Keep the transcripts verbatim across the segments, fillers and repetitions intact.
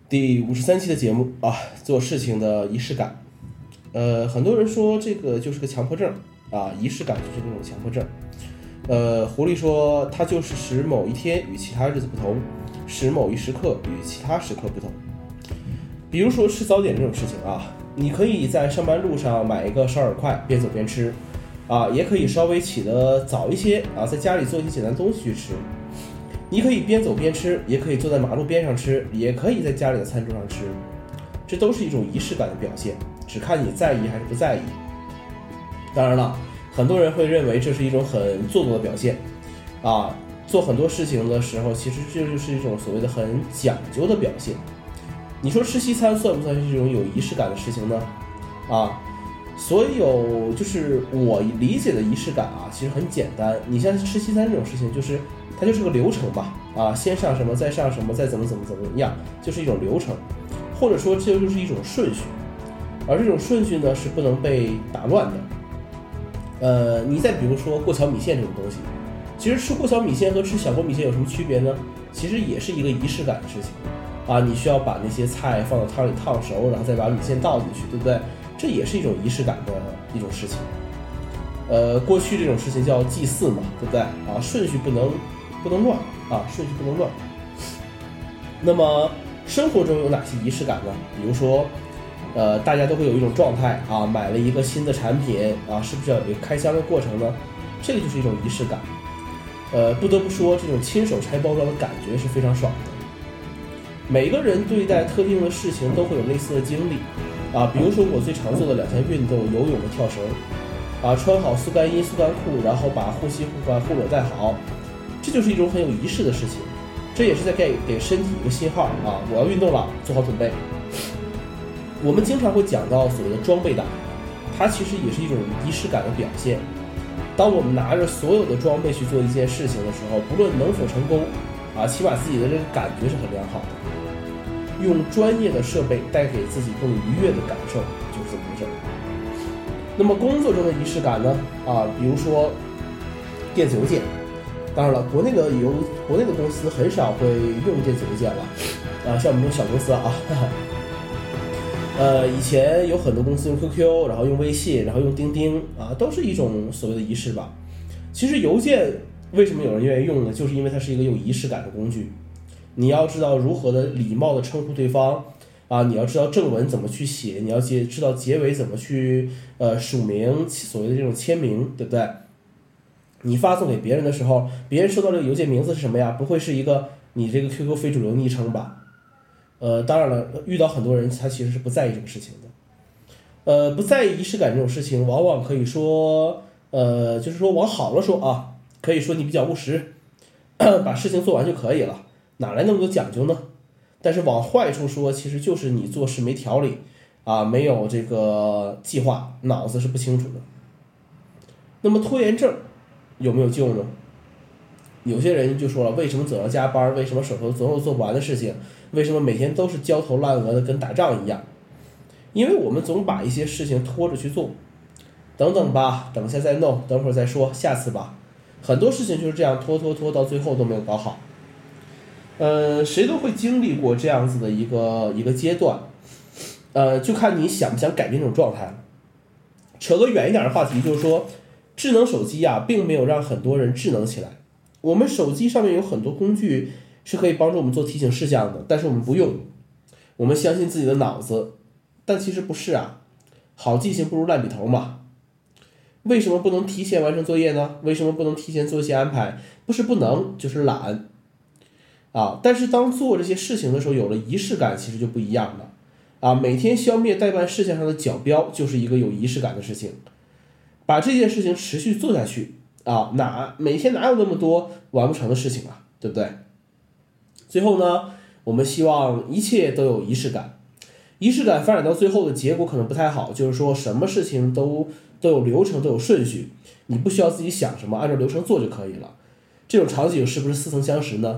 第五十三期的节目啊，做事情的仪式感。呃，很多人说这个就是个强迫症啊，仪式感就是那种强迫症。呃，狐狸说它就是使某一天与其他日子不同，使某一时刻与其他时刻不同。比如说吃早点这种事情啊，你可以在上班路上买一个烧饵块，边走边吃啊，也可以稍微起得早一些啊，在家里做一些简单东西去吃。你可以边走边吃，也可以坐在马路边上吃，也可以在家里的餐桌上吃，这都是一种仪式感的表现，只看你在意还是不在意。当然了，很多人会认为这是一种很做作的表现啊，做很多事情的时候，其实这就是一种所谓的很讲究的表现。你说吃西餐算不算是这种有仪式感的事情呢？啊，所有就是我理解的仪式感啊，其实很简单。你像吃西餐这种事情，就是它就是个流程吧，啊，先上什么，再上什么，再怎么怎么怎么样，就是一种流程，或者说这就是一种顺序，而这种顺序呢是不能被打乱的。呃，你再比如说过桥米线这种东西，其实吃过桥米线和吃小锅米线有什么区别呢？其实也是一个仪式感的事情啊，你需要把那些菜放到汤里烫熟，然后再把米线倒进去，对不对？这也是一种仪式感的一种事情。呃，过去这种事情叫祭祀嘛，对不对啊？顺序不能不能乱啊，顺序不能乱。那么生活中有哪些仪式感呢？比如说，呃，大家都会有一种状态啊，买了一个新的产品啊，是不是要有一个开箱的过程呢？这个就是一种仪式感。呃，不得不说，这种亲手拆包装的感觉是非常爽的。每个人对待特定的事情都会有类似的经历啊，比如说我最常做的两项运动，游泳和跳绳。啊，穿好速干衣、速干裤，然后把护膝、护腕、护肘带好，这就是一种很有仪式的事情。这也是在给给身体一个信号啊，我要运动了，做好准备。我们经常会讲到所谓的装备党，它其实也是一种仪式感的表现。当我们拿着所有的装备去做一件事情的时候，不论能否成功，啊，起码自己的这个感觉是很良好的。用专业的设备带给自己更愉悦的感受，就是这么回事。那么工作中的仪式感呢？啊，比如说电子邮件，当然了，国内的邮国内的公司很少会用电子邮件了，啊，像我们这种小公司啊，哈哈呃，以前有很多公司用 Q Q， 然后用微信，然后用钉钉啊，都是一种所谓的仪式吧。其实邮件为什么有人愿意用呢？就是因为它是一个有仪式感的工具。你要知道如何的礼貌的称呼对方。啊，你要知道正文怎么去写，你要知道结尾怎么去呃署名，所谓的这种签名，对不对？你发送给别人的时候，别人收到这个邮件名字是什么呀？不会是一个你这个 Q Q 非主流昵称吧？呃，当然了，遇到很多人他其实是不在意这个事情的。呃，不在意仪式感这种事情，往往可以说，呃，就是说往好了说啊，可以说你比较务实，把事情做完就可以了，哪来那么多讲究呢？但是往坏处说，其实就是你做事没条理啊，没有这个计划，脑子是不清楚的。那么拖延症有没有救呢？有些人就说了，为什么总要加班？为什么手头总有做不完的事情？为什么每天都是焦头烂额的，跟打仗一样？因为我们总把一些事情拖着去做，等等吧，等下再弄，等会儿再说，下次吧。很多事情就是这样拖拖拖，到最后都没有搞好。呃，谁都会经历过这样子的一个一个阶段，呃，就看你想不想改变这种状态了。扯个远一点的话题，就是说，智能手机啊，并没有让很多人智能起来。我们手机上面有很多工具是可以帮助我们做提醒事项的，但是我们不用，我们相信自己的脑子，但其实不是啊，好记性不如烂笔头嘛。为什么不能提前完成作业呢？为什么不能提前做一些安排？不是不能，就是懒。啊，但是当做这些事情的时候，有了仪式感，其实就不一样了。啊，每天消灭待办事项上的角标，就是一个有仪式感的事情。把这件事情持续做下去，啊，哪每天哪有那么多完不成的事情啊，对不对？最后呢，我们希望一切都有仪式感。仪式感发展到最后的结果可能不太好，就是说什么事情都都有流程，都有顺序，你不需要自己想什么，按照流程做就可以了。这种场景是不是似曾相识呢？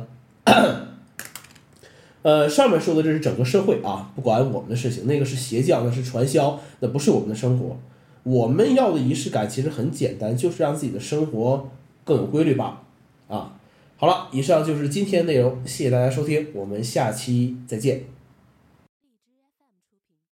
呃，上面说的这是整个社会啊，不管我们的事情，那个是邪教，那是传销，那不是我们的生活。我们要的仪式感其实很简单，就是让自己的生活更有规律吧。啊，好了，以上就是今天的内容，谢谢大家收听，我们下期再见。